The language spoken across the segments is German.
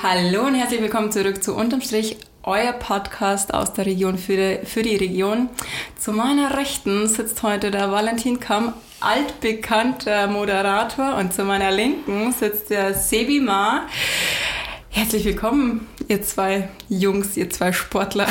Hallo und herzlich willkommen zurück zu Unterm Strich, euer Podcast aus der Region für die Region. Zu meiner Rechten sitzt heute der Valentin Kamm, altbekannter Moderator, und zu meiner Linken sitzt der Sebi Ma. Herzlich willkommen, ihr zwei Jungs, ihr zwei Sportler.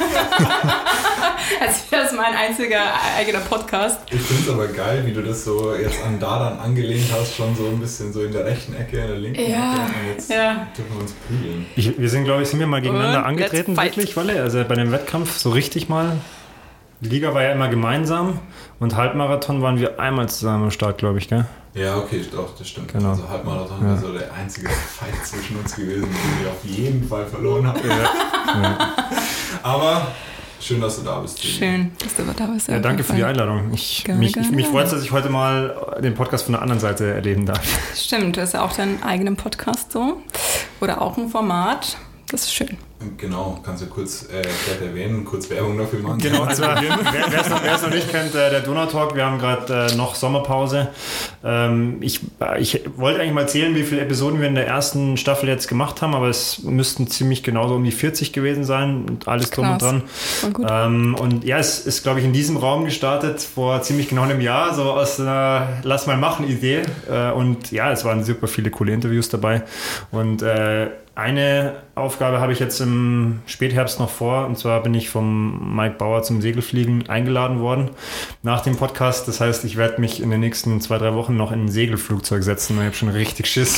Als wäre es mein einziger eigener Podcast. Ich finde es aber geil, wie du das so jetzt an Dardan angelehnt hast, schon so ein bisschen so in der rechten Ecke, in der linken Ecke. Und jetzt dürfen wir uns prügeln. Sind wir mal gegeneinander angetreten, wirklich, Walle? Also bei dem Wettkampf so richtig mal. Die Liga war ja immer gemeinsam und Halbmarathon waren wir einmal zusammen am Start, glaube ich, gell? Ja, okay, doch, das stimmt. Genau. Also Halbmarathon war so der einzige Fight zwischen uns gewesen, den wir auf jeden Fall verloren haben. Ja. Aber schön, dass du da bist. Schön, dass du da bist. Ja, danke für die Einladung. Mich freut es, dass ich heute mal den Podcast von der anderen Seite erleben darf. Stimmt, du hast ja auch deinen eigenen Podcast so. Oder auch ein Format. Das ist schön. Genau, kannst du kurz erwähnen, kurz Werbung dafür machen? Genau, also wer es noch nicht kennt, der Donautalk, wir haben gerade noch Sommerpause. Ich wollte eigentlich mal zählen, wie viele Episoden wir in der ersten Staffel jetzt gemacht haben, aber es müssten ziemlich genauso um die 40 gewesen sein und alles drum und dran. Voll gut. Und ja, es ist, glaube ich, in diesem Raum gestartet vor ziemlich genau einem Jahr, so aus einer Lass mal machen Idee. Und ja, es waren super viele coole Interviews dabei. Und eine Aufgabe habe ich jetzt im Spätherbst noch vor, und zwar bin ich vom Mike Bauer zum Segelfliegen eingeladen worden nach dem Podcast. Das heißt, ich werde mich in den nächsten 2-3 Wochen noch in ein Segelflugzeug setzen. Ich habe schon richtig Schiss.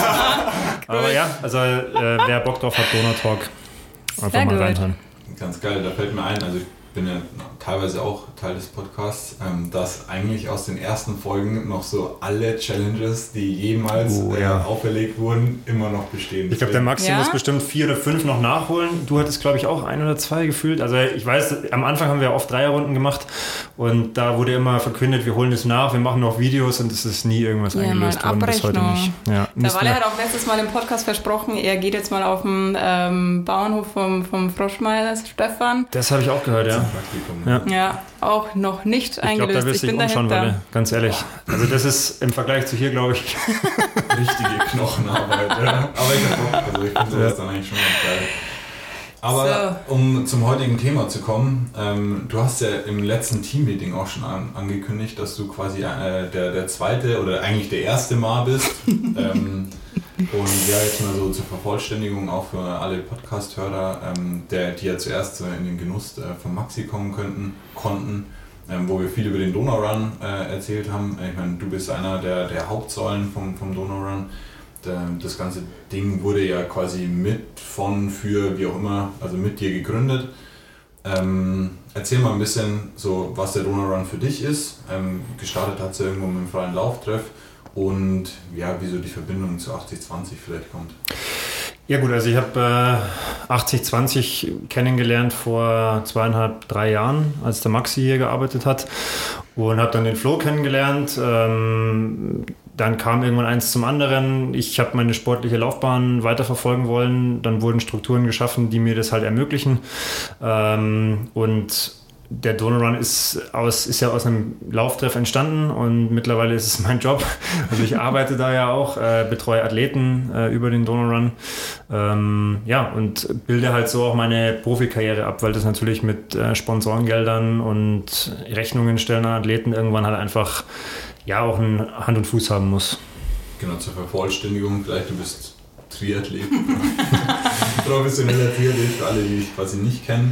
Aber ja, also wer Bock drauf hat, Donautalk, einfach mal reinhören. Ganz geil, da fällt mir ein, also ich bin ja teilweise auch Teil des Podcasts, dass eigentlich aus den ersten Folgen noch so alle Challenges, die jemals auferlegt wurden, immer noch bestehen. Ich glaube, der Maxi muss bestimmt 4 oder 5 noch nachholen. Du hattest, glaube ich, auch 1 oder 2 gefühlt. Also ich weiß, am Anfang haben wir oft 3er-Runden gemacht und da wurde immer verkündet, wir holen es nach, wir machen noch Videos, und es ist nie irgendwas eingelöst worden, bis heute nicht. Ja, der Walle hat auch letztes Mal im Podcast versprochen, er geht jetzt mal auf den Bauernhof vom Froschmeier, Stefan. Das habe ich auch gehört, ja. Ja, auch noch nicht eingelöst. Ich glaube, da wirst du dich umschauen, Walle, ganz ehrlich. Also das ist im Vergleich zu hier, glaube ich, richtige Knochenarbeit. Ja. Aber ich habe auch, also ich finde sowas dann eigentlich schon ganz geil. Aber um zum heutigen Thema zu kommen, du hast ja im letzten Teammeeting auch schon angekündigt, dass du quasi der zweite oder eigentlich der erste Mal bist. Und ja, jetzt mal so zur Vervollständigung auch für alle Podcast-Hörer, die ja zuerst in den Genuss von Maxi kommen konnten, wo wir viel über den Donaurun erzählt haben. Ich meine, du bist einer der Hauptsäulen vom Donaurun. Das ganze Ding wurde ja quasi für wie auch immer, also mit dir gegründet. Erzähl mal ein bisschen so, was der Donaurun für dich ist. Gestartet hat es ja irgendwo mit dem freien Lauftreff. Und ja, wieso die Verbindung zu 80/20 vielleicht kommt. Ja gut, also ich habe 80/20 kennengelernt vor 2,5-3 Jahren, als der Maxi hier gearbeitet hat, und habe dann den Flo kennengelernt. Dann kam irgendwann eins zum anderen. Ich habe meine sportliche Laufbahn weiterverfolgen wollen. Dann wurden Strukturen geschaffen, die mir das halt ermöglichen. Und der Donaurun ist ja aus einem Lauftreff entstanden, und mittlerweile ist es mein Job. Also ich arbeite da ja auch, betreue Athleten über den Donaurun, und bilde halt so auch meine Profikarriere ab, weil das natürlich mit Sponsorengeldern und Rechnungen stellen an Athleten irgendwann halt einfach auch einen Hand und Fuß haben muss. Genau, zur Vervollständigung gleich, du bist Triathlet. Professioneller Triathlet, für alle, die dich quasi nicht kennen.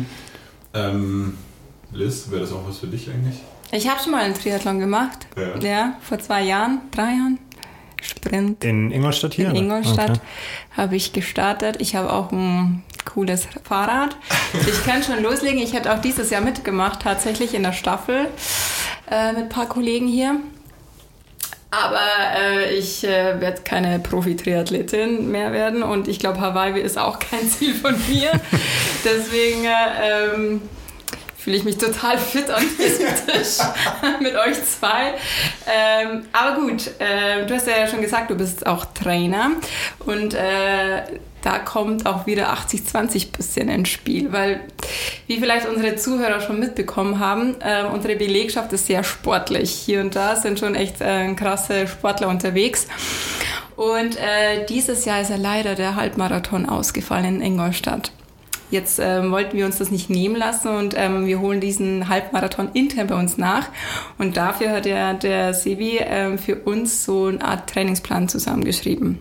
Liz, wäre das auch was für dich eigentlich? Ich habe schon mal einen Triathlon gemacht. Ja, vor 3 Jahren. Sprint. In Ingolstadt hier? In Ingolstadt habe ich gestartet. Ich habe auch ein cooles Fahrrad. Ich kann schon loslegen. Ich hätte auch dieses Jahr mitgemacht, tatsächlich in der Staffel mit ein paar Kollegen hier. Aber ich werde keine Profi-Triathletin mehr werden, und ich glaube, Hawaii ist auch kein Ziel von mir. Deswegen fühle ich mich total fit an diesem Tisch mit euch zwei. Aber gut, du hast ja schon gesagt, du bist auch Trainer, und da kommt auch wieder 80/20 bisschen ins Spiel, weil, wie vielleicht unsere Zuhörer schon mitbekommen haben, unsere Belegschaft ist sehr sportlich. Hier und da sind schon echt krasse Sportler unterwegs. Und dieses Jahr ist ja leider der Halbmarathon ausgefallen in Ingolstadt. Jetzt wollten wir uns das nicht nehmen lassen und wir holen diesen Halbmarathon intern bei uns nach. Und dafür hat der Sebi für uns so eine Art Trainingsplan zusammengeschrieben.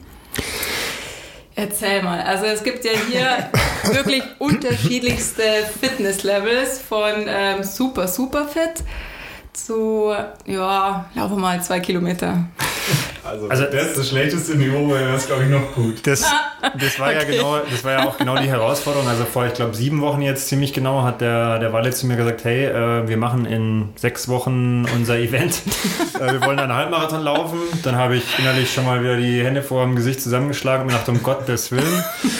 Erzähl mal. Also es gibt ja hier wirklich unterschiedlichste Fitnesslevels von super fit zu, ja, laufe mal 2 Kilometer. Also das schlechteste Niveau wäre das, glaube ich, noch gut. Das war okay. Das war ja auch genau die Herausforderung. Also vor, ich glaube, 7 Wochen jetzt ziemlich genau hat der Walle zu mir gesagt, hey, wir machen in 6 Wochen unser Event. Wir wollen einen Halbmarathon laufen. Dann habe ich innerlich schon mal wieder die Hände vor dem Gesicht zusammengeschlagen und mir gedacht, um Gottes Willen.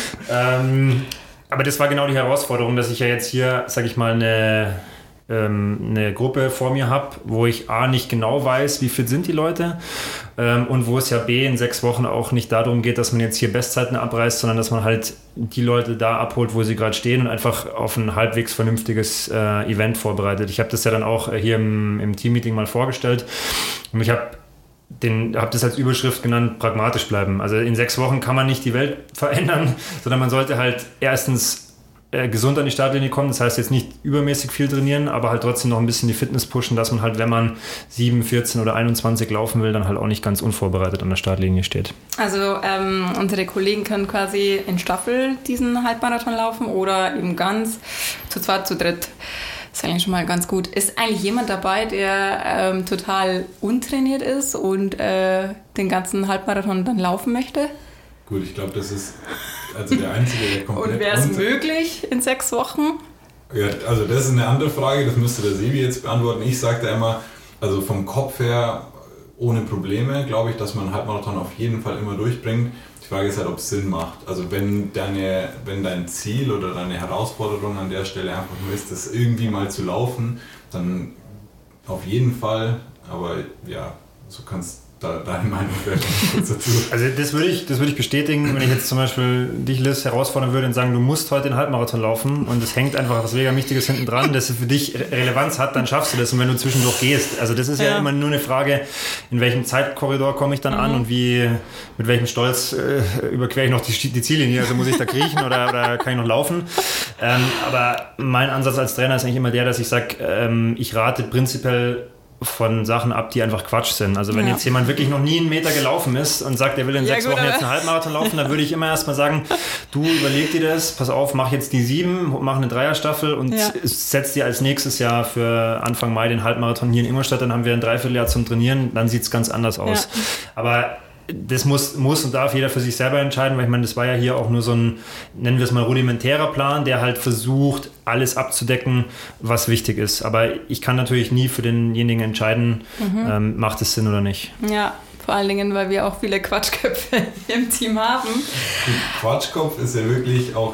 Aber das war genau die Herausforderung, dass ich ja jetzt hier, sage ich mal, eine Gruppe vor mir habe, wo ich A, nicht genau weiß, wie fit sind die Leute und wo es ja B, in 6 Wochen auch nicht darum geht, dass man jetzt hier Bestzeiten abreißt, sondern dass man halt die Leute da abholt, wo sie gerade stehen und einfach auf ein halbwegs vernünftiges Event vorbereitet. Ich habe das ja dann auch hier im Teammeeting mal vorgestellt und ich habe das als Überschrift genannt, pragmatisch bleiben. Also in 6 Wochen kann man nicht die Welt verändern, sondern man sollte halt erstens gesund an die Startlinie kommen, das heißt jetzt nicht übermäßig viel trainieren, aber halt trotzdem noch ein bisschen die Fitness pushen, dass man halt, wenn man 7, 14 oder 21 laufen will, dann halt auch nicht ganz unvorbereitet an der Startlinie steht. Also unsere Kollegen können quasi in Staffel diesen Halbmarathon laufen oder eben ganz zu zweit, zu dritt. Das ist eigentlich schon mal ganz gut. Ist eigentlich jemand dabei, der total untrainiert ist und den ganzen Halbmarathon dann laufen möchte? Gut, ich glaube, das ist also der Einzige, der komplett... Und wäre es möglich in 6 Wochen? Ja, also das ist eine andere Frage, das müsste der Sebi jetzt beantworten. Ich sage da immer, also vom Kopf her ohne Probleme, glaube ich, dass man einen Halbmarathon auf jeden Fall immer durchbringt. Die Frage ist halt, ob es Sinn macht. Also wenn dein Ziel oder deine Herausforderung an der Stelle einfach nur ist, das irgendwie mal zu laufen, dann auf jeden Fall, aber ja, so kannst deine Meinung vielleicht kurz dazu. Also das würde ich bestätigen, wenn ich jetzt zum Beispiel dich, Liz, herausfordern würde und sagen, du musst heute den Halbmarathon laufen und es hängt einfach was mega Wichtiges hinten dran, das für dich Relevanz hat, dann schaffst du das und wenn du zwischendurch gehst. Also das ist ja immer nur eine Frage, in welchem Zeitkorridor komme ich dann an und mit welchem Stolz überquere ich noch die Ziellinie, also muss ich da kriechen oder kann ich noch laufen. Aber mein Ansatz als Trainer ist eigentlich immer der, dass ich sage, ich rate prinzipiell von Sachen ab, die einfach Quatsch sind. Also wenn jetzt jemand wirklich noch nie 1 Meter gelaufen ist und sagt, er will in 6 Wochen jetzt einen Halbmarathon laufen, dann würde ich immer erstmal sagen, du überleg dir das, pass auf, mach jetzt die 7, mach eine Dreierstaffel und setz dir als nächstes Jahr für Anfang Mai den Halbmarathon hier in Ingolstadt, dann haben wir ein Dreivierteljahr zum Trainieren, dann sieht es ganz anders aus. Ja. Aber das muss und darf jeder für sich selber entscheiden, weil ich meine, das war ja hier auch nur so ein, nennen wir es mal, rudimentärer Plan, der halt versucht, alles abzudecken, was wichtig ist. Aber ich kann natürlich nie für denjenigen entscheiden, macht es Sinn oder nicht. Ja, vor allen Dingen, weil wir auch viele Quatschköpfe im Team haben. Quatschkopf ist ja wirklich auch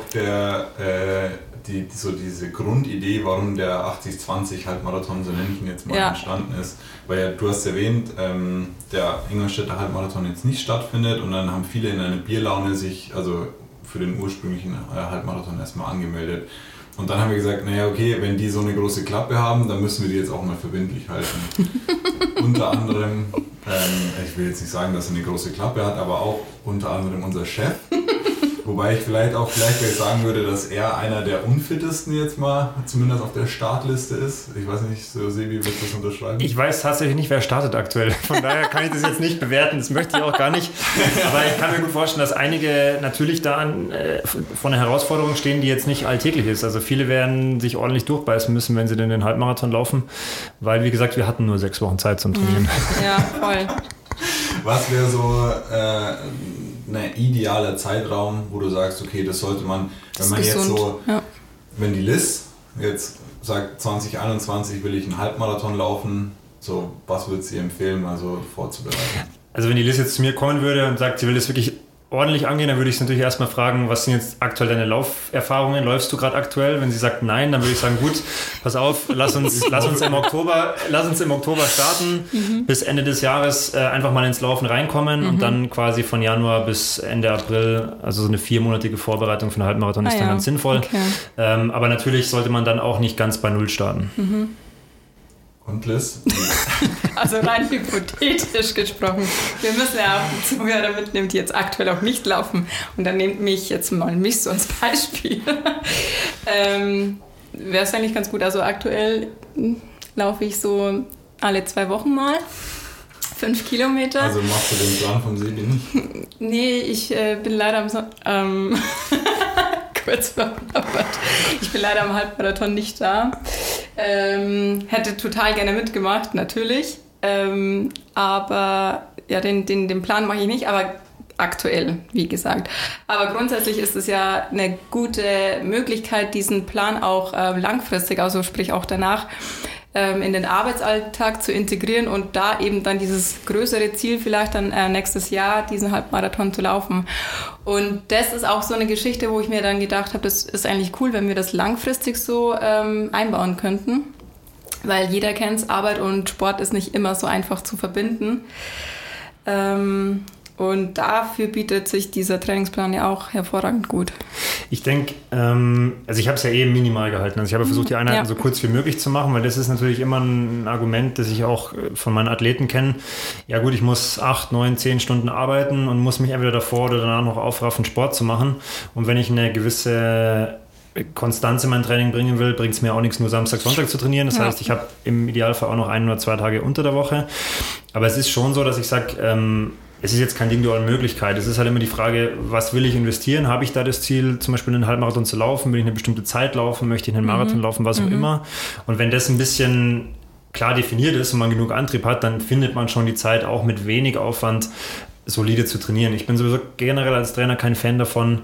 diese Grundidee, warum der 80-20 Halbmarathon, so nenne ich ihn jetzt mal, entstanden ist. Weil ja, du hast erwähnt, der Ingolstädter Halbmarathon jetzt nicht stattfindet und dann haben viele in einer Bierlaune sich also für den ursprünglichen Halbmarathon erstmal angemeldet. Und dann haben wir gesagt, naja okay, wenn die so eine große Klappe haben, dann müssen wir die jetzt auch mal verbindlich halten. Unter anderem, ich will jetzt nicht sagen, dass er eine große Klappe hat, aber auch unter anderem unser Chef. Wobei ich vielleicht gleich sagen würde, dass er einer der unfittesten jetzt mal, zumindest auf der Startliste ist. Ich weiß nicht, so Sebi, willst du das unterschreiben? Ich weiß tatsächlich nicht, wer startet aktuell. Von daher kann ich das jetzt nicht bewerten, das möchte ich auch gar nicht. Aber ich kann mir gut vorstellen, dass einige natürlich da vor einer Herausforderung stehen, die jetzt nicht alltäglich ist. Also viele werden sich ordentlich durchbeißen müssen, wenn sie denn den Halbmarathon laufen. Weil, wie gesagt, wir hatten nur 6 Wochen Zeit zum Trainieren. Ja, voll. Was wäre so ein idealer Zeitraum, wo du sagst, okay, das sollte man, wenn man jetzt so, wenn die Liz jetzt sagt, 2021 will ich einen Halbmarathon laufen, so, was würdest du ihr empfehlen, mal so vorzubereiten? Also wenn die Liz jetzt zu mir kommen würde und sagt, sie will das wirklich ordentlich angehen, dann würde ich sie natürlich erstmal fragen, was sind jetzt aktuell deine Lauferfahrungen? Läufst du gerade aktuell? Wenn sie sagt nein, dann würde ich sagen, gut, pass auf, lass uns im Oktober starten, bis Ende des Jahres einfach mal ins Laufen reinkommen und dann quasi von Januar bis Ende April, also so eine 4-monatige Vorbereitung für einen Halbmarathon ist dann ganz sinnvoll. Okay. Aber natürlich sollte man dann auch nicht ganz bei Null starten. Und Liz? also rein hypothetisch gesprochen. Wir müssen ja auch Zuhörer mitnehmen, die jetzt aktuell auch nicht laufen. Und dann nehmt mich so als Beispiel. Wäre es eigentlich ganz gut. Also aktuell laufe ich so alle 2 Wochen mal 5 Kilometer. Also machst du den Plan vom Sebi nicht? Nee, ich bin leider kurz vor Arbeit. Ich bin leider am Halbmarathon nicht da. Hätte total gerne mitgemacht, natürlich. Aber ja, den Plan mache ich nicht, aber aktuell, wie gesagt. Aber grundsätzlich ist es ja eine gute Möglichkeit, diesen Plan auch langfristig, also sprich auch danach, in den Arbeitsalltag zu integrieren und da eben dann dieses größere Ziel vielleicht dann nächstes Jahr, diesen Halbmarathon zu laufen. Und das ist auch so eine Geschichte, wo ich mir dann gedacht habe, das ist eigentlich cool, wenn wir das langfristig so einbauen könnten. Weil jeder kennt es, Arbeit und Sport ist nicht immer so einfach zu verbinden. Und dafür bietet sich dieser Trainingsplan ja auch hervorragend gut. Ich denke, also ich habe es ja eben minimal gehalten. Also ich habe versucht, die Einheiten so kurz wie möglich zu machen, weil das ist natürlich immer ein Argument, das ich auch von meinen Athleten kenne. Ja gut, ich muss 8, 9, 10 Stunden arbeiten und muss mich entweder davor oder danach noch aufraffen, Sport zu machen. Und wenn ich eine gewisse Konstanz in mein Training bringen will, bringt es mir auch nichts, nur Samstag, Sonntag zu trainieren. Das heißt, ich habe im Idealfall auch noch 1 oder 2 Tage unter der Woche. Aber es ist schon so, dass ich sage, es ist jetzt kein Ding der Unmöglichkeit. Es ist halt immer die Frage, was will ich investieren? Habe ich da das Ziel, zum Beispiel einen Halbmarathon zu laufen? Will ich eine bestimmte Zeit laufen? Möchte ich einen Marathon laufen? Was auch immer. Und wenn das ein bisschen klar definiert ist und man genug Antrieb hat, dann findet man schon die Zeit, auch mit wenig Aufwand solide zu trainieren. Ich bin sowieso generell als Trainer kein Fan davon,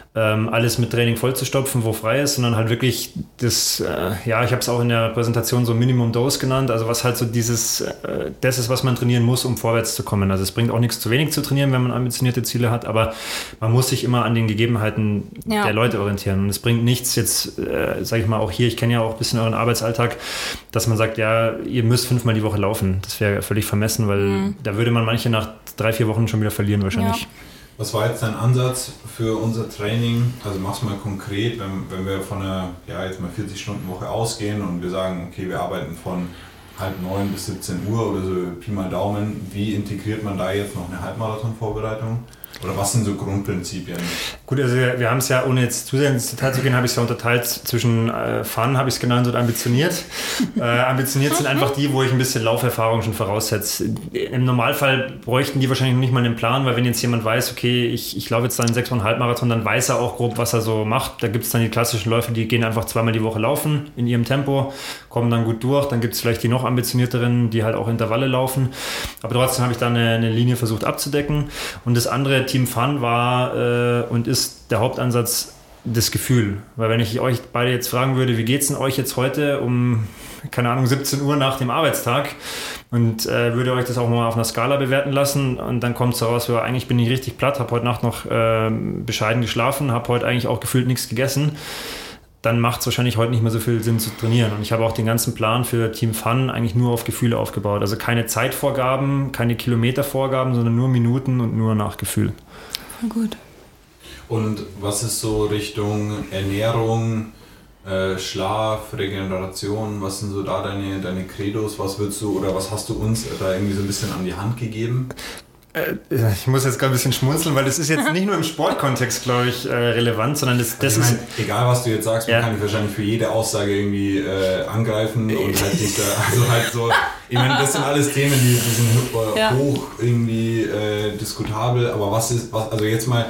alles mit Training vollzustopfen, wo frei ist, sondern halt wirklich das, ich habe es auch in der Präsentation so Minimum Dose genannt, also was halt so das ist, was man trainieren muss, um vorwärts zu kommen. Also es bringt auch nichts, zu wenig zu trainieren, wenn man ambitionierte Ziele hat, aber man muss sich immer an den Gegebenheiten der Leute orientieren. Und es bringt nichts jetzt, sage ich mal auch hier, ich kenne ja auch ein bisschen euren Arbeitsalltag, dass man sagt, ja, ihr müsst 5-mal die Woche laufen. Das wäre völlig vermessen, weil da würde man manche nach 3-4 Wochen schon wieder verlieren wahrscheinlich. Ja. Was war jetzt dein Ansatz für unser Training? Also mach's mal konkret, wenn wir von einer jetzt mal 40-Stunden-Woche ausgehen und wir sagen, okay, wir arbeiten von 8:30 bis 17 Uhr oder so, Pi mal Daumen. Wie integriert man da jetzt noch eine Halbmarathon-Vorbereitung? Oder was sind so Grundprinzipien? Gut, also wir haben es ja, ohne jetzt zu sehr ins Detail zu gehen, habe ich es ja unterteilt zwischen Fun, habe ich es genannt, und ambitioniert. Ambitioniert sind einfach die, wo ich ein bisschen Lauferfahrung schon voraussetze. Im Normalfall bräuchten die wahrscheinlich noch nicht mal einen Plan, weil wenn jetzt jemand weiß, okay, ich laufe jetzt dann einen 6,5 Marathon, dann weiß er auch grob, was er so macht. Da gibt es dann die klassischen Läufer, die gehen einfach 2-mal die Woche laufen in ihrem Tempo, kommen dann gut durch. Dann gibt es vielleicht die noch ambitionierteren, die halt auch Intervalle laufen. Aber trotzdem habe ich dann eine Linie versucht abzudecken. Und das andere Team Fun war und ist der Hauptansatz das Gefühl. Weil wenn ich euch beide jetzt fragen würde, wie geht's denn euch jetzt heute um, keine Ahnung, 17 Uhr nach dem Arbeitstag und würde euch das auch mal auf einer Skala bewerten lassen und dann kommt es heraus, ja, eigentlich bin ich richtig platt, habe heute Nacht noch bescheiden geschlafen, habe heute eigentlich auch gefühlt nichts gegessen, dann macht es wahrscheinlich heute nicht mehr so viel Sinn zu trainieren. Und ich habe auch den ganzen Plan für Team Fun eigentlich nur auf Gefühle aufgebaut. Also keine Zeitvorgaben, keine Kilometervorgaben, sondern nur Minuten und nur nach Gefühl. Voll gut. Und was ist so Richtung Ernährung, Schlaf, Regeneration, was sind so da deine Credos? Was würdest du oder was hast du uns da irgendwie so ein bisschen an die Hand gegeben? Ich muss jetzt gerade ein bisschen schmunzeln, weil das ist jetzt nicht nur im Sportkontext, glaube ich, relevant, sondern das ist... Egal, was du jetzt sagst, man kann dich wahrscheinlich für jede Aussage irgendwie angreifen und halt dich da, also halt so... Ich meine, das sind alles Themen, die sind hoch irgendwie diskutabel, aber also jetzt mal,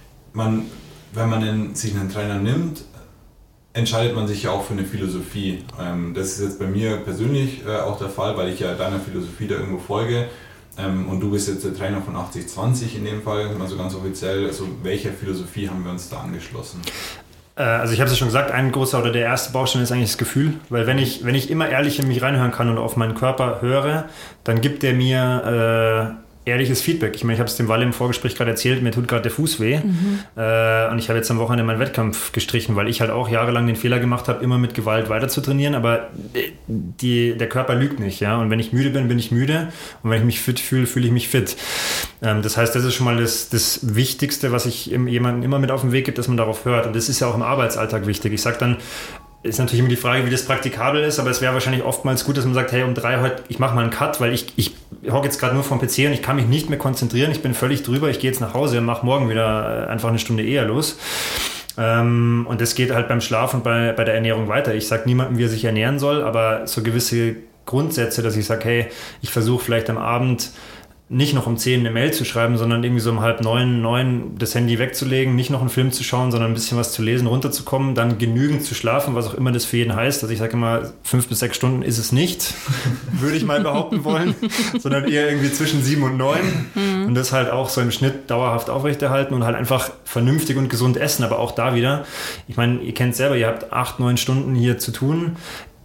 wenn man sich einen Trainer nimmt, entscheidet man sich ja auch für eine Philosophie. Das ist jetzt bei mir persönlich auch der Fall, weil ich ja deiner Philosophie da irgendwo folge. Und du bist jetzt der Trainer von 80/20 in dem Fall, also ganz offiziell. Also welcher Philosophie haben wir uns da angeschlossen? Also ich habe es ja schon gesagt, ein großer oder der erste Baustein ist eigentlich das Gefühl. Weil wenn ich immer ehrlich in mich reinhören kann und auf meinen Körper höre, dann gibt der mir ehrliches Feedback. Ich meine, ich habe es dem Walle im Vorgespräch gerade erzählt, mir tut gerade der Fuß weh. Und ich habe jetzt am Wochenende meinen Wettkampf gestrichen, weil ich halt auch jahrelang den Fehler gemacht habe, immer mit Gewalt weiter zu trainieren. Aber der Körper lügt nicht. Ja? Und wenn ich müde bin, bin ich müde. Und wenn ich mich fit fühle, fühle ich mich fit. Das heißt, das ist schon mal das Wichtigste, was ich jemandem immer mit auf den Weg gebe, dass man darauf hört. Und das ist ja auch im Arbeitsalltag wichtig. Ich sage dann, ist natürlich immer die Frage, wie das praktikabel ist, aber es wäre wahrscheinlich oftmals gut, dass man sagt, hey, um 3 heute, ich mache mal einen Cut, weil ich hocke jetzt gerade nur vom PC und ich kann mich nicht mehr konzentrieren, ich bin völlig drüber, ich gehe jetzt nach Hause und mache morgen wieder einfach eine Stunde eher los. Und das geht halt beim Schlaf und bei der Ernährung weiter. Ich sage niemandem, wie er sich ernähren soll, aber so gewisse Grundsätze, dass ich sage, hey, ich versuche vielleicht am Abend nicht noch um 10 eine Mail zu schreiben, sondern irgendwie so um 8:30, 9 das Handy wegzulegen, nicht noch einen Film zu schauen, sondern ein bisschen was zu lesen, runterzukommen, dann genügend zu schlafen, was auch immer das für jeden heißt. Also ich sage immer, 5 bis 6 Stunden ist es nicht, würde ich mal behaupten wollen, sondern eher irgendwie zwischen 7 und 9 und das halt auch so im Schnitt dauerhaft aufrechterhalten und halt einfach vernünftig und gesund essen, aber auch da wieder, ich meine, ihr kennt es selber, ihr habt 8, 9 Stunden hier zu tun,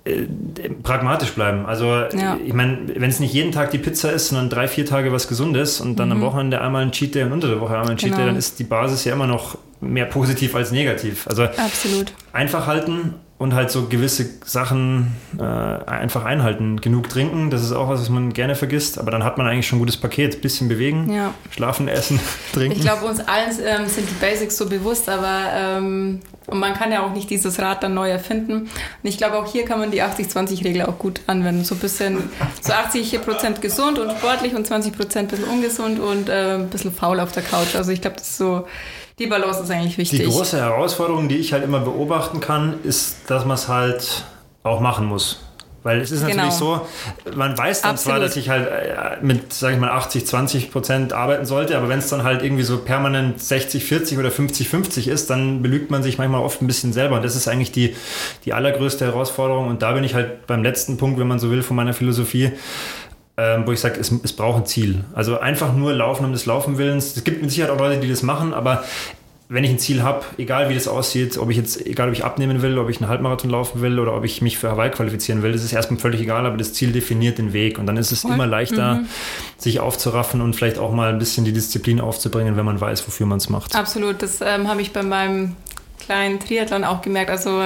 pragmatisch bleiben. Also ich meine, wenn es nicht jeden Tag die Pizza ist, sondern 3, 4 Tage was Gesundes und dann am Wochenende einmal ein Cheat Day und unter der Woche einmal ein Cheat Day, dann ist die Basis ja immer noch mehr positiv als negativ. Also absolut. Einfach halten und halt so gewisse Sachen einfach einhalten. Genug trinken, das ist auch was man gerne vergisst, aber dann hat man eigentlich schon ein gutes Paket. Bisschen bewegen, schlafen, essen, trinken. Ich glaube, uns allen sind die Basics so bewusst, aber und man kann ja auch nicht dieses Rad dann neu erfinden. Und ich glaube, auch hier kann man die 80-20-Regel auch gut anwenden. So ein bisschen, so 80% gesund und sportlich und 20% ein bisschen ungesund und ein bisschen faul auf der Couch. Also ich glaube, das ist so, die Balance ist eigentlich wichtig. Die große Herausforderung, die ich halt immer beobachten kann, ist, dass man es halt auch machen muss. Weil es ist natürlich so, man weiß dann zwar, dass ich halt mit, sage ich mal, 80-20% arbeiten sollte, aber wenn es dann halt irgendwie so permanent 60-40 oder 50-50 ist, dann belügt man sich manchmal oft ein bisschen selber. Und das ist eigentlich die allergrößte Herausforderung. Und da bin ich halt beim letzten Punkt, wenn man so will, von meiner Philosophie, wo ich sage, es braucht ein Ziel. Also einfach nur laufen um des Laufenwillens. Es gibt mit Sicherheit auch Leute, die das machen, aber wenn ich ein Ziel habe, egal wie das aussieht, egal ob ich abnehmen will, ob ich einen Halbmarathon laufen will oder ob ich mich für Hawaii qualifizieren will, das ist erstmal völlig egal, aber das Ziel definiert den Weg und dann ist es immer leichter, sich aufzuraffen und vielleicht auch mal ein bisschen die Disziplin aufzubringen, wenn man weiß, wofür man es macht. Absolut, das habe ich bei meinem kleinen Triathlon auch gemerkt, also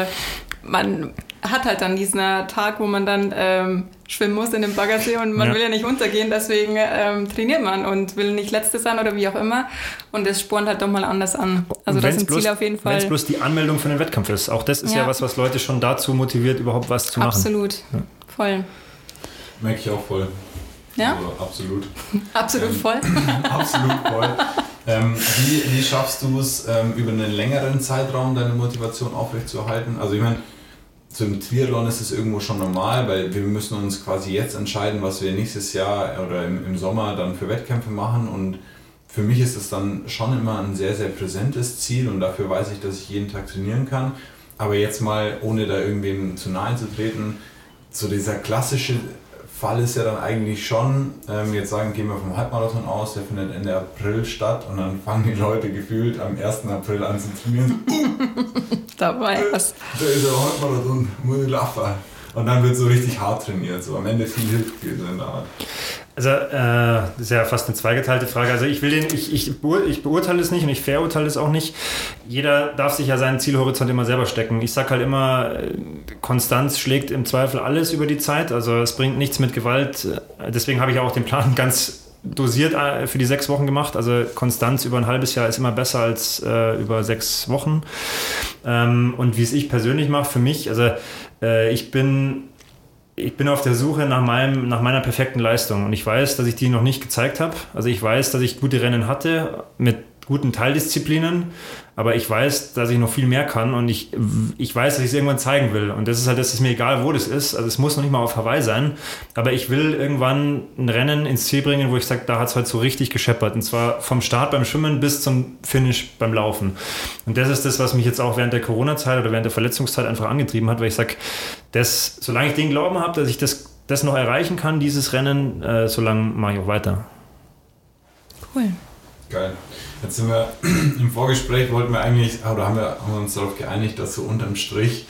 man hat halt dann diesen Tag, wo man dann schwimmen muss in dem Baggersee und man will ja nicht untergehen, deswegen trainiert man und will nicht Letzte sein oder wie auch immer und es spornt halt doch mal anders an. Also das sind Ziele auf jeden Fall. Wenn es bloß die Anmeldung für den Wettkampf ist, auch das ist ja was Leute schon dazu motiviert, überhaupt was zu machen. Absolut, voll. Merke ich auch voll. Ja? Also, absolut. Absolut voll? Absolut voll. Wie schaffst du es, über einen längeren Zeitraum deine Motivation aufrechtzuerhalten? Also ich meine, zum Triathlon ist es irgendwo schon normal, weil wir müssen uns quasi jetzt entscheiden, was wir nächstes Jahr oder im Sommer dann für Wettkämpfe machen und für mich ist es dann schon immer ein sehr, sehr präsentes Ziel und dafür weiß ich, dass ich jeden Tag trainieren kann. Aber jetzt mal, ohne da irgendwem zu nahe zu treten, so dieser klassische Fall ist ja dann eigentlich schon, jetzt gehen wir vom Halbmarathon aus, der findet Ende April statt und dann fangen die Leute gefühlt am 1. April an zu trainieren. Dabei was. Da ist der Halbmarathon, muss ich laufen. Und dann wird so richtig hart trainiert, so am Ende viel Hilfe in der Art. Also, das ist ja fast eine zweigeteilte Frage. Also, ich beurteile es nicht und ich verurteile es auch nicht. Jeder darf sich ja seinen Zielhorizont immer selber stecken. Ich sage halt immer, Konstanz schlägt im Zweifel alles über die Zeit. Also, es bringt nichts mit Gewalt. Deswegen habe ich auch den Plan ganz dosiert für die 6 Wochen gemacht. Also, Konstanz über ein halbes Jahr ist immer besser als über 6 Wochen. Und wie es ich persönlich mache, für mich, also, ich bin auf der Suche nach meiner perfekten Leistung und ich weiß, dass ich die noch nicht gezeigt habe. Also ich weiß, dass ich gute Rennen hatte mit guten Teildisziplinen, aber ich weiß, dass ich noch viel mehr kann und ich weiß, dass ich es irgendwann zeigen will. Und das ist mir egal, wo das ist. Also es muss noch nicht mal auf Hawaii sein, aber ich will irgendwann ein Rennen ins Ziel bringen, wo ich sage, da hat es halt so richtig gescheppert. Und zwar vom Start beim Schwimmen bis zum Finish beim Laufen. Und das ist das, was mich jetzt auch während der Corona-Zeit oder während der Verletzungszeit einfach angetrieben hat, weil ich sage, solange ich den Glauben habe, dass ich das noch erreichen kann, dieses Rennen, solange mache ich auch weiter. Cool. Geil. Jetzt sind wir im Vorgespräch, haben wir uns darauf geeinigt, dass so unterm Strich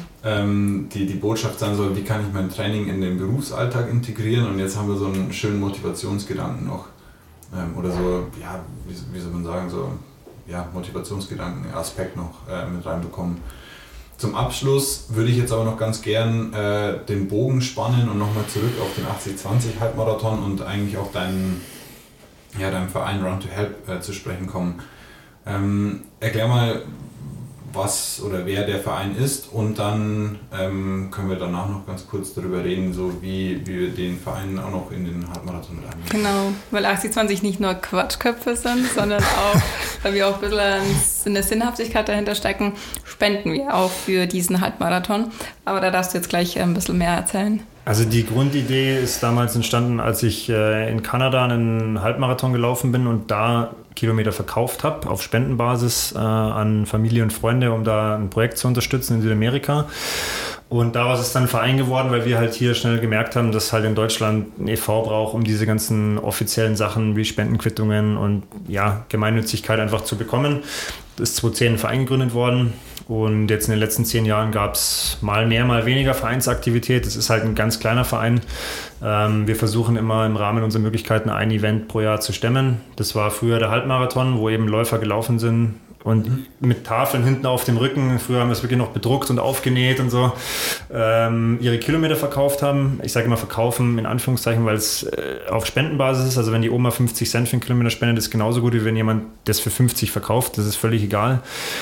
die Botschaft sein soll, wie kann ich mein Training in den Berufsalltag integrieren und jetzt haben wir so einen schönen Motivationsgedanken noch oder so, ja, wie soll man sagen, so ja, Motivationsgedanken, Aspekt noch mit reinbekommen. Zum Abschluss würde ich jetzt aber noch ganz gern den Bogen spannen und nochmal zurück auf den 80-20 Halbmarathon und eigentlich auch deinem Verein Run to Help zu sprechen kommen. Erklär mal, was oder wer der Verein ist und dann können wir danach noch ganz kurz darüber reden, so wie wir den Verein auch noch in den Halbmarathon mit einbinden. Genau, weil 80-20 nicht nur Quatschköpfe sind, sondern auch, weil wir auch ein bisschen eine Sinnhaftigkeit dahinter stecken, spenden wir auch für diesen Halbmarathon. Aber da darfst du jetzt gleich ein bisschen mehr erzählen. Also die Grundidee ist damals entstanden, als ich in Kanada einen Halbmarathon gelaufen bin und da Kilometer verkauft habe, auf Spendenbasis an Familie und Freunde, um da ein Projekt zu unterstützen in Südamerika. Und daraus ist dann ein Verein geworden, weil wir halt hier schnell gemerkt haben, dass halt in Deutschland ein e.V. braucht, um diese ganzen offiziellen Sachen wie Spendenquittungen und ja, Gemeinnützigkeit einfach zu bekommen. Das ist 2010 ein Verein gegründet worden. Und jetzt in den letzten 10 Jahren gab es mal mehr, mal weniger Vereinsaktivität. Es ist halt ein ganz kleiner Verein. Wir versuchen immer im Rahmen unserer Möglichkeiten ein Event pro Jahr zu stemmen. Das war früher der Halbmarathon, wo eben Läufer gelaufen sind und mit Tafeln hinten auf dem Rücken, früher haben wir es wirklich noch bedruckt und aufgenäht und so, ihre Kilometer verkauft haben. Ich sage immer verkaufen in Anführungszeichen, weil es auf Spendenbasis ist. Also wenn die Oma 50 Cent für einen Kilometer spendet, ist genauso gut, wie wenn jemand das für 50 verkauft. Das ist völlig egal.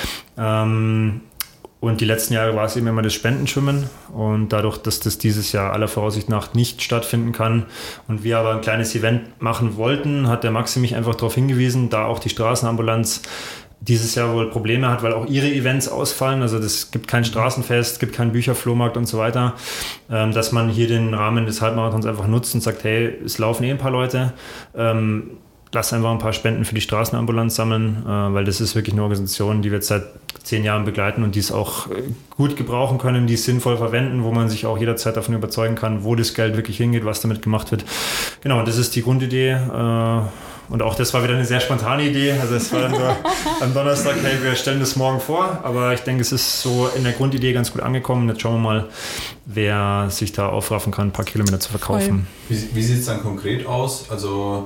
Und die letzten Jahre war es eben immer das Spendenschwimmen und dadurch, dass das dieses Jahr aller Voraussicht nach nicht stattfinden kann und wir aber ein kleines Event machen wollten, hat der Maxi mich einfach darauf hingewiesen, da auch die Straßenambulanz dieses Jahr wohl Probleme hat, weil auch ihre Events ausfallen, also es gibt kein Straßenfest, gibt keinen Bücherflohmarkt und so weiter, dass man hier den Rahmen des Halbmarathons einfach nutzt und sagt, hey, es laufen ein paar Leute, lass einfach ein paar Spenden für die Straßenambulanz sammeln, weil das ist wirklich eine Organisation, die wir jetzt seit 10 Jahren begleiten und die es auch gut gebrauchen können, die es sinnvoll verwenden, wo man sich auch jederzeit davon überzeugen kann, wo das Geld wirklich hingeht, was damit gemacht wird. Genau, das ist die Grundidee. Und auch das war wieder eine sehr spontane Idee. Also es war dann so am Donnerstag, hey, wir stellen das morgen vor. Aber ich denke, es ist so in der Grundidee ganz gut angekommen. Jetzt schauen wir mal, wer sich da aufraffen kann, ein paar Kilometer zu verkaufen. Wie sieht es dann konkret aus? Also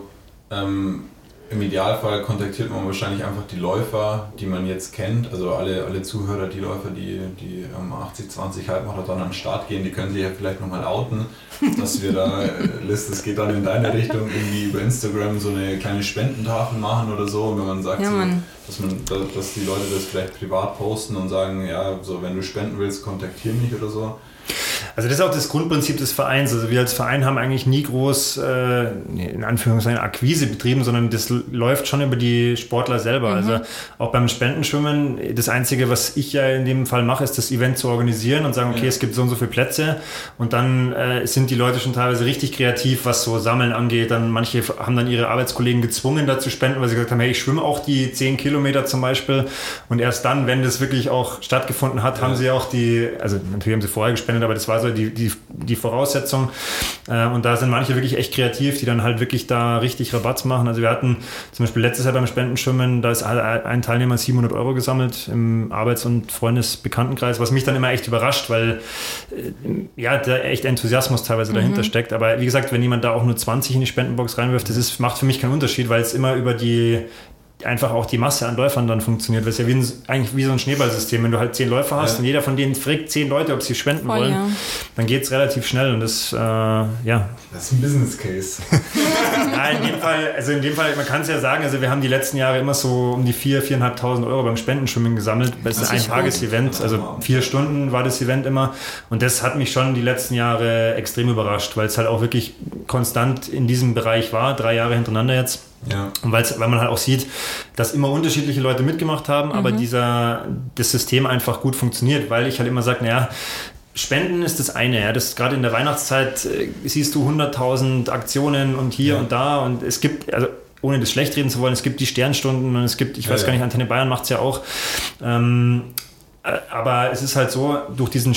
im Idealfall kontaktiert man wahrscheinlich einfach die Läufer, die man jetzt kennt. Also alle Zuhörer, die Läufer, die am 80-20 Halbmarathon an den Start gehen, die können sich ja vielleicht nochmal outen, dass wir da, Liz, das geht dann in deine Richtung, irgendwie über Instagram so eine kleine Spendentafel machen oder so. Und wenn man sagt, ja, so, dass die Leute das vielleicht privat posten und sagen, ja, so wenn du spenden willst, kontaktier mich oder so. Also das ist auch das Grundprinzip des Vereins. Also wir als Verein haben eigentlich nie groß, in Anführungszeichen, Akquise betrieben, sondern das läuft schon über die Sportler selber. Mhm. Also auch beim Spendenschwimmen, das Einzige, was ich ja in dem Fall mache, ist das Event zu organisieren und sagen, okay, es gibt so und so viele Plätze und dann sind die Leute schon teilweise richtig kreativ, was so Sammeln angeht. Dann manche haben dann ihre Arbeitskollegen gezwungen, da zu spenden, weil sie gesagt haben, hey, ich schwimme auch die 10 Kilometer zum Beispiel und erst dann, wenn das wirklich auch stattgefunden hat, haben sie auch also natürlich haben sie vorher gespendet, aber das war so die Voraussetzung. Und da sind manche wirklich echt kreativ, die dann halt wirklich da richtig Rabatz machen. Also wir hatten zum Beispiel letztes Jahr beim Spendenschwimmen, da ist ein Teilnehmer 700 € gesammelt im Arbeits- und Freundesbekanntenkreis, was mich dann immer echt überrascht, weil da echt Enthusiasmus teilweise dahinter steckt. Aber wie gesagt, wenn jemand da auch nur 20 in die Spendenbox reinwirft, macht für mich keinen Unterschied, weil es immer über einfach auch die Masse an Läufern dann funktioniert. Das ist ja eigentlich wie so ein Schneeballsystem. Wenn du halt 10 Läufer hast und jeder von denen fragt 10 Leute, ob sie spenden wollen, dann geht es relativ schnell und das, Das ist ein Business Case. in dem Fall, man kann es ja sagen, also wir haben die letzten Jahre immer so um die 4.000, 4.500 € beim Spendenschwimmen gesammelt. Das ist ein Tagesevent, also 4 Stunden war das Event immer und das hat mich schon die letzten Jahre extrem überrascht, weil es halt auch wirklich konstant in diesem Bereich war, 3 Jahre hintereinander jetzt. Ja. Und weil man halt auch sieht, dass immer unterschiedliche Leute mitgemacht haben, aber das System einfach gut funktioniert, weil ich halt immer sage, naja, Spenden ist das eine, ja, das gerade in der Weihnachtszeit siehst du 100.000 Aktionen und hier und da und es gibt, also ohne das schlecht reden zu wollen, es gibt die Sternstunden und es gibt, ich weiß gar nicht, Antenne Bayern macht es ja auch, aber es ist halt so, durch diese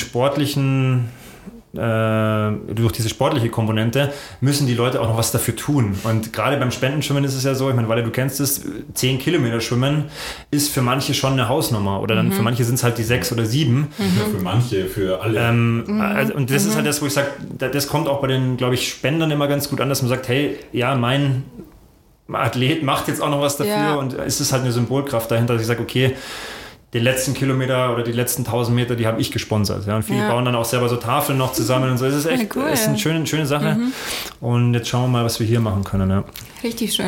sportliche Komponente müssen die Leute auch noch was dafür tun. Und gerade beim Spendenschwimmen ist es ja so, ich meine, weil du kennst es, 10 Kilometer schwimmen ist für manche schon eine Hausnummer. Oder dann für manche sind es halt die 6 oder 7. Ja, für manche, für alle. Und das ist halt das, wo ich sage, das kommt auch bei den, glaube ich, Spendern immer ganz gut an, dass man sagt, hey, ja, mein Athlet macht jetzt auch noch was dafür und es ist halt eine Symbolkraft dahinter, dass ich sage, okay, den letzten Kilometer oder die letzten 1000 Meter, die habe ich gesponsert. Ja. Und viele bauen dann auch selber so Tafeln noch zusammen und so. Es ist echt cool, ist eine schöne Sache. Und jetzt schauen wir mal, was wir hier machen können. Ja. Richtig schön.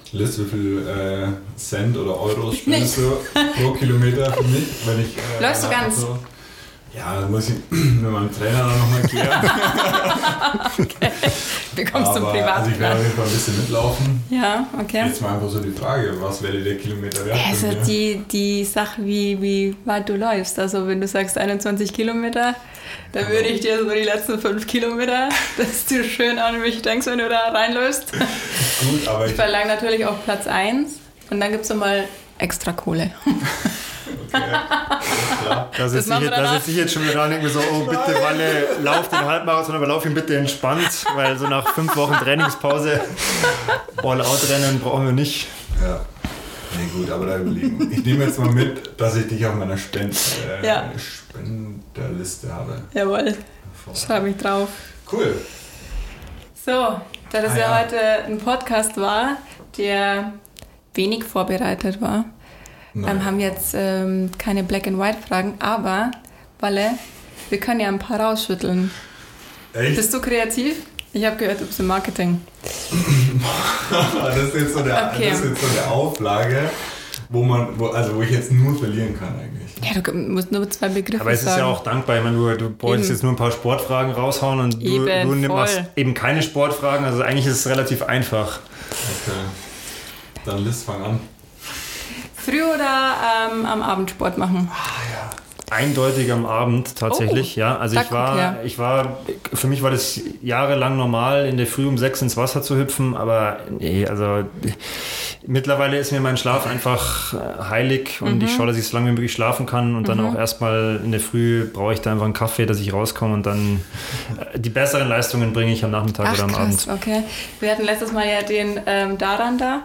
Liz, wie viel Cent oder Euros spendest du pro Kilometer für mich? Wenn ich, läufst du ganz? So, ja, das muss ich mit meinem Trainer dann nochmal klären. Okay. Bekommst du privat. Also ich werde auf jeden Fall ein bisschen mitlaufen. Ja, okay. Jetzt mal einfach so die Frage, was wäre der Kilometer wert? Also die Sache, wie weit du läufst. Also wenn du sagst 21 Kilometer, dann würde ich dir so die letzten 5 Kilometer, dass du schön an mich denkst, wenn du da reinläufst. Gut, aber ich verlange natürlich auch Platz 1 und dann gibt es nochmal extra Kohle. Okay, klar. Da sitze ich jetzt schon wieder da und denke mir so, oh bitte Walle, lauf den Halbmarathon, aber lauf ihn bitte entspannt, weil so nach 5 Wochen Trainingspause All-Out-Rennen brauchen wir nicht. Ja, nee gut, aber da überlegen. Ich nehme jetzt mal mit, dass ich dich auf meiner Spenderliste habe. Jawohl, schreibe ich drauf. Cool. So, da das ja heute ein Podcast war, der wenig vorbereitet war, haben wir jetzt keine Black-and-White-Fragen, aber, Walle, wir können ja ein paar rausschütteln. Echt? Bist du kreativ? Ich habe gehört, du bist im Marketing. Das ist jetzt so eine Auflage, wo ich jetzt nur verlieren kann eigentlich. Ja, du musst nur 2 Begriffe sagen. Aber es ist ja auch dankbar. Ich meine, du wolltest jetzt nur ein paar Sportfragen raushauen und du machst eben keine Sportfragen. Also eigentlich ist es relativ einfach. Okay. Dann Liz, fang an. Früh oder am Abend Sport machen? Ja. Eindeutig am Abend tatsächlich, ja. Also für mich war das jahrelang normal, in der Früh um 6 ins Wasser zu hüpfen, aber nee, also mittlerweile ist mir mein Schlaf einfach heilig und ich schaue, dass ich so lange wie möglich schlafen kann und dann auch erstmal in der Früh brauche ich da einfach einen Kaffee, dass ich rauskomme und dann die besseren Leistungen bringe ich am Nachmittag oder am Abend. Okay. Wir hatten letztes Mal ja den Daranda.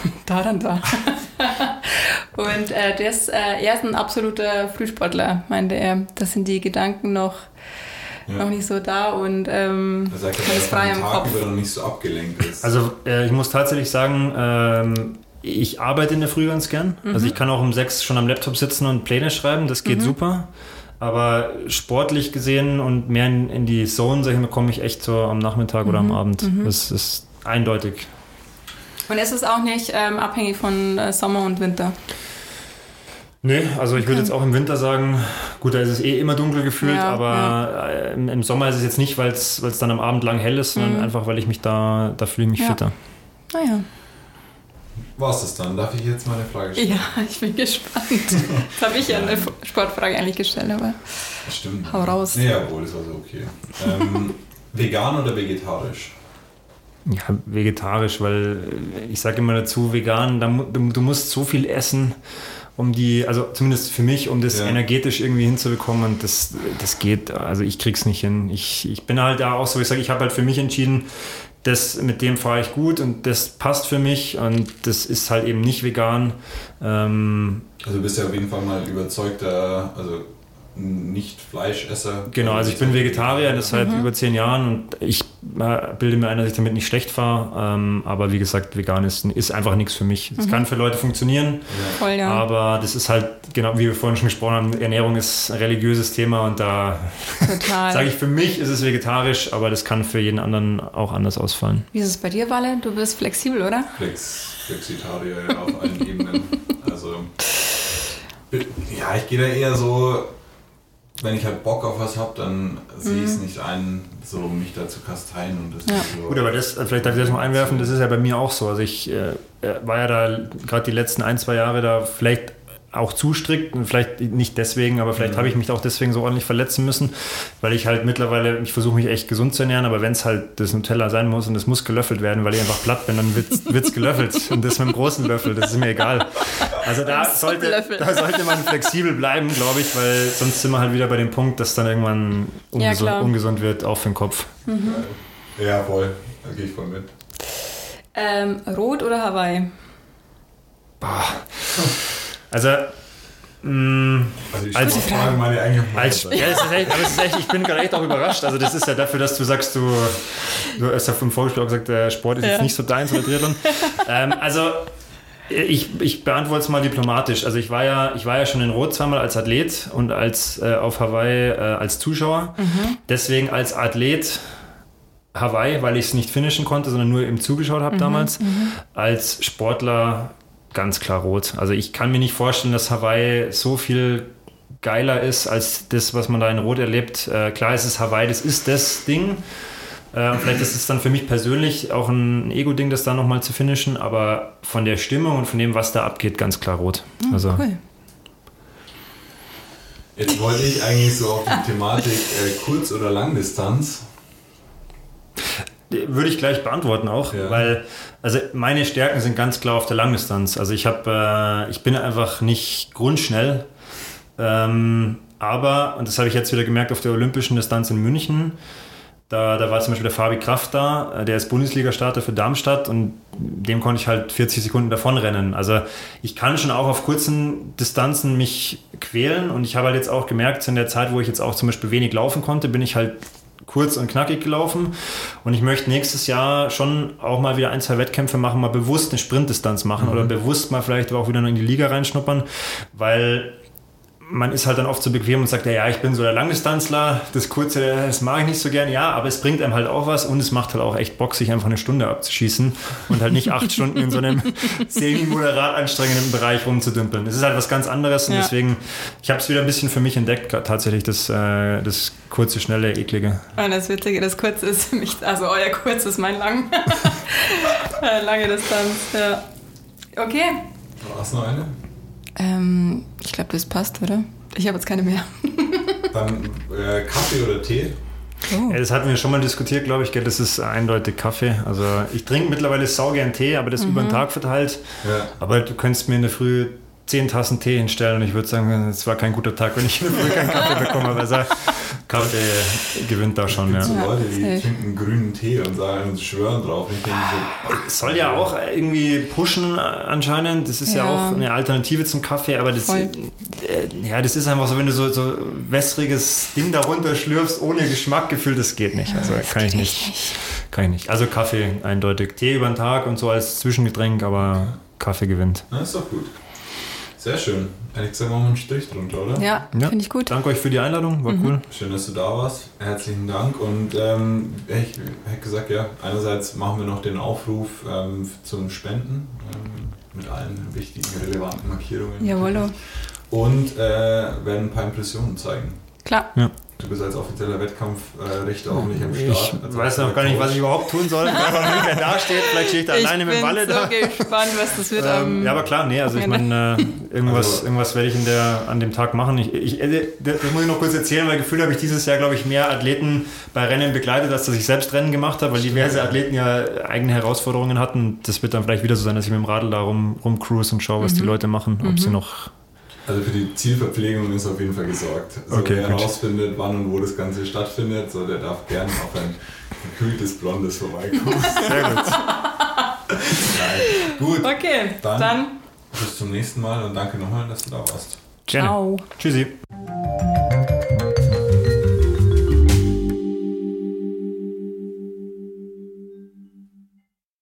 Und er ist ein absoluter Frühsportler, meinte er. Das sind die Gedanken noch nicht so da und das ist frei im Kopf. Über noch nicht so abgelenkt ist. Also ich muss tatsächlich sagen, ich arbeite in der Früh ganz gern. Also ich kann auch um 6 schon am Laptop sitzen und Pläne schreiben, das geht super. Aber sportlich gesehen und mehr in die Zone, sag ich mal, komme ich echt so am Nachmittag oder am Abend. Das ist eindeutig. Und ist es auch nicht abhängig von Sommer und Winter? Nee, also ich würde jetzt auch im Winter sagen, gut, da ist es immer dunkel gefühlt, aber im Sommer ist es jetzt nicht, weil es dann am Abend lang hell ist, sondern einfach, weil ich mich da fühle ich mich fitter. Naja. War's das dann? Darf ich jetzt mal eine Frage stellen? Ja, ich bin gespannt. Jetzt habe ich ja eine Sportfrage eigentlich gestellt, aber stimmt. Hau raus. Nee, jawohl, das war so okay. Vegan oder vegetarisch? Ja, vegetarisch, weil ich sage immer dazu, vegan, du musst so viel essen, also zumindest für mich, um das energetisch irgendwie hinzubekommen und das geht, also ich krieg's nicht hin. Ich bin halt da auch so, ich habe halt für mich entschieden, mit dem fahre ich gut und das passt für mich und das ist halt eben nicht vegan. Also du bist ja auf jeden Fall mal überzeugter, also nicht Fleischesser. Genau, also ich bin Vegetarier, das seit über 10 Jahren und ich bilde mir ein, dass ich damit nicht schlecht fahre, aber wie gesagt, vegan ist einfach nichts für mich. Es kann für Leute funktionieren, voll, aber das ist halt, genau wie wir vorhin schon gesprochen haben, Ernährung ist ein religiöses Thema und da sage ich, für mich ist es vegetarisch, aber das kann für jeden anderen auch anders ausfallen. Wie ist es bei dir, Walle? Du bist flexibel, oder? Flexitarier, ja, auf allen Ebenen. Also, ja, ich gehe da eher so, wenn ich halt Bock auf was habe, dann sehe ich es nicht ein, so mich da zu kasteien. Und das ist so. Gut, aber vielleicht darf ich das noch einwerfen, das ist ja bei mir auch so. Also ich war ja da gerade die letzten 1-2 Jahre da vielleicht auch zu strikt und vielleicht nicht deswegen, aber vielleicht habe ich mich auch deswegen so ordentlich verletzen müssen, weil ich halt mittlerweile, ich versuche mich echt gesund zu ernähren, aber wenn es halt das Nutella sein muss und es muss gelöffelt werden, weil ich einfach platt bin, dann wird's gelöffelt und das mit einem großen Löffel, das ist mir egal. Also da sollte man flexibel bleiben, glaube ich, weil sonst sind wir halt wieder bei dem Punkt, dass dann irgendwann ungesund wird, auch für den Kopf. Ja, voll, da gehe ich voll mit. Rot oder Hawaii? Also die Sportfrage meine eigene Frage. Ich bin gerade echt auch überrascht. Also das ist ja dafür, dass du sagst, du hast ja vom Vorgespräch gesagt, der Sport ist jetzt nicht so deins oder Triathlon. Also ich beantworte es mal diplomatisch. Also ich war ja schon in Rot zweimal als Athlet und auf Hawaii als Zuschauer. Deswegen als Athlet Hawaii, weil ich es nicht finishen konnte, sondern nur eben zugeschaut habe damals. Als Sportler ganz klar rot. Also ich kann mir nicht vorstellen, dass Hawaii so viel geiler ist als das, was man da in Rot erlebt. Klar ist es Hawaii, das ist das Ding. Vielleicht ist es dann für mich persönlich auch ein Ego-Ding, das da nochmal zu finishen, aber von der Stimmung und von dem, was da abgeht, ganz klar rot. Also Cool. Jetzt wollte ich eigentlich so auf die Thematik Kurz- oder Langdistanz. würde ich gleich beantworten auch, weil also meine Stärken sind ganz klar auf der Langdistanz. Also ich bin einfach nicht grundschnell, aber, und das habe ich jetzt wieder gemerkt auf der olympischen Distanz in München, da war zum Beispiel der Fabi Kraft da, der ist Bundesliga-Starter für Darmstadt und dem konnte ich halt 40 Sekunden davonrennen. Also ich kann schon auch auf kurzen Distanzen mich quälen und ich habe halt jetzt auch gemerkt, in der Zeit, wo ich jetzt auch zum Beispiel wenig laufen konnte, bin ich halt kurz und knackig gelaufen und ich möchte nächstes Jahr schon auch mal wieder 1-2 Wettkämpfe machen, mal bewusst eine Sprintdistanz machen oder bewusst mal vielleicht auch wieder noch in die Liga reinschnuppern, weil man ist halt dann oft so bequem und sagt, ja, ich bin so der Langdistanzler, das Kurze, das mache ich nicht so gern, ja, aber es bringt einem halt auch was und es macht halt auch echt Bock, sich einfach eine Stunde abzuschießen und halt nicht 8 Stunden in so einem semi-moderat anstrengenden Bereich rumzudümpeln. Das ist halt was ganz anderes und deswegen, ich habe es wieder ein bisschen für mich entdeckt, tatsächlich das kurze, schnelle, eklige. Und das Witzige, das Kurze ist für mich, also euer Kurz ist mein Lang. Lange Distanz, ja. Okay. Hast du noch eine? Ich glaube, das passt, oder? Ich habe jetzt keine mehr. Dann Kaffee oder Tee? Ja, das hatten wir schon mal diskutiert, glaube ich. Das ist eindeutig Kaffee. Also ich trinke mittlerweile saugern Tee, aber das über den Tag verteilt. Ja. Aber du könntest mir in der Früh 10 Tassen Tee hinstellen und ich würde sagen, es war kein guter Tag, wenn ich in der Früh keinen Kaffee bekomme. Aber Kaffee gewinnt da schon. Es gibt so Leute, die trinken grünen Tee und sagen und schwören drauf. Ich denke so, soll ja auch irgendwie pushen anscheinend. Das ist ja auch eine Alternative zum Kaffee, aber das ist einfach so, wenn du so wässriges Ding darunter schlürfst, ohne Geschmackgefühl, das geht nicht. Also kann ich nicht. Also Kaffee eindeutig. Tee über den Tag und so als Zwischengetränk, aber Kaffee gewinnt. Na, ist doch gut. Sehr schön. Ehrlich gesagt, machen wir einen Strich drunter, oder? Ja, finde ich gut. Danke euch für die Einladung, war cool. Schön, dass du da warst. Herzlichen Dank. Und ich hätte gesagt, ja, einerseits machen wir noch den Aufruf zum Spenden mit allen wichtigen, relevanten Markierungen. Jawollo. Und werden ein paar Impressionen zeigen. Klar. Ja. Du bist als offizieller Wettkampfrichter auch nicht am Start. Ich weiß noch gar nicht, was ich überhaupt tun soll. Wer da steht, vielleicht stehe ich da alleine mit Walle da. Ich bin so gespannt, was das wird. Ja, aber klar, also ich meine, irgendwas werde ich an dem Tag machen. Das muss ich noch kurz erzählen, weil Gefühl habe ich dieses Jahr, glaube ich, mehr Athleten bei Rennen begleitet, als dass ich selbst Rennen gemacht habe, weil diverse Athleten ja eigene Herausforderungen hatten. Das wird dann vielleicht wieder so sein, dass ich mit dem Radl da rumcruise und schaue, was die Leute machen, ob sie noch... Also für die Zielverpflegung ist auf jeden Fall gesorgt. Wer herausfindet, wann und wo das Ganze stattfindet, der darf gerne auf ein gekühltes Blondes vorbeikommen. Sehr gut. Gut. Okay, dann bis zum nächsten Mal und danke nochmal, dass du da warst. Gerne. Ciao. Tschüssi.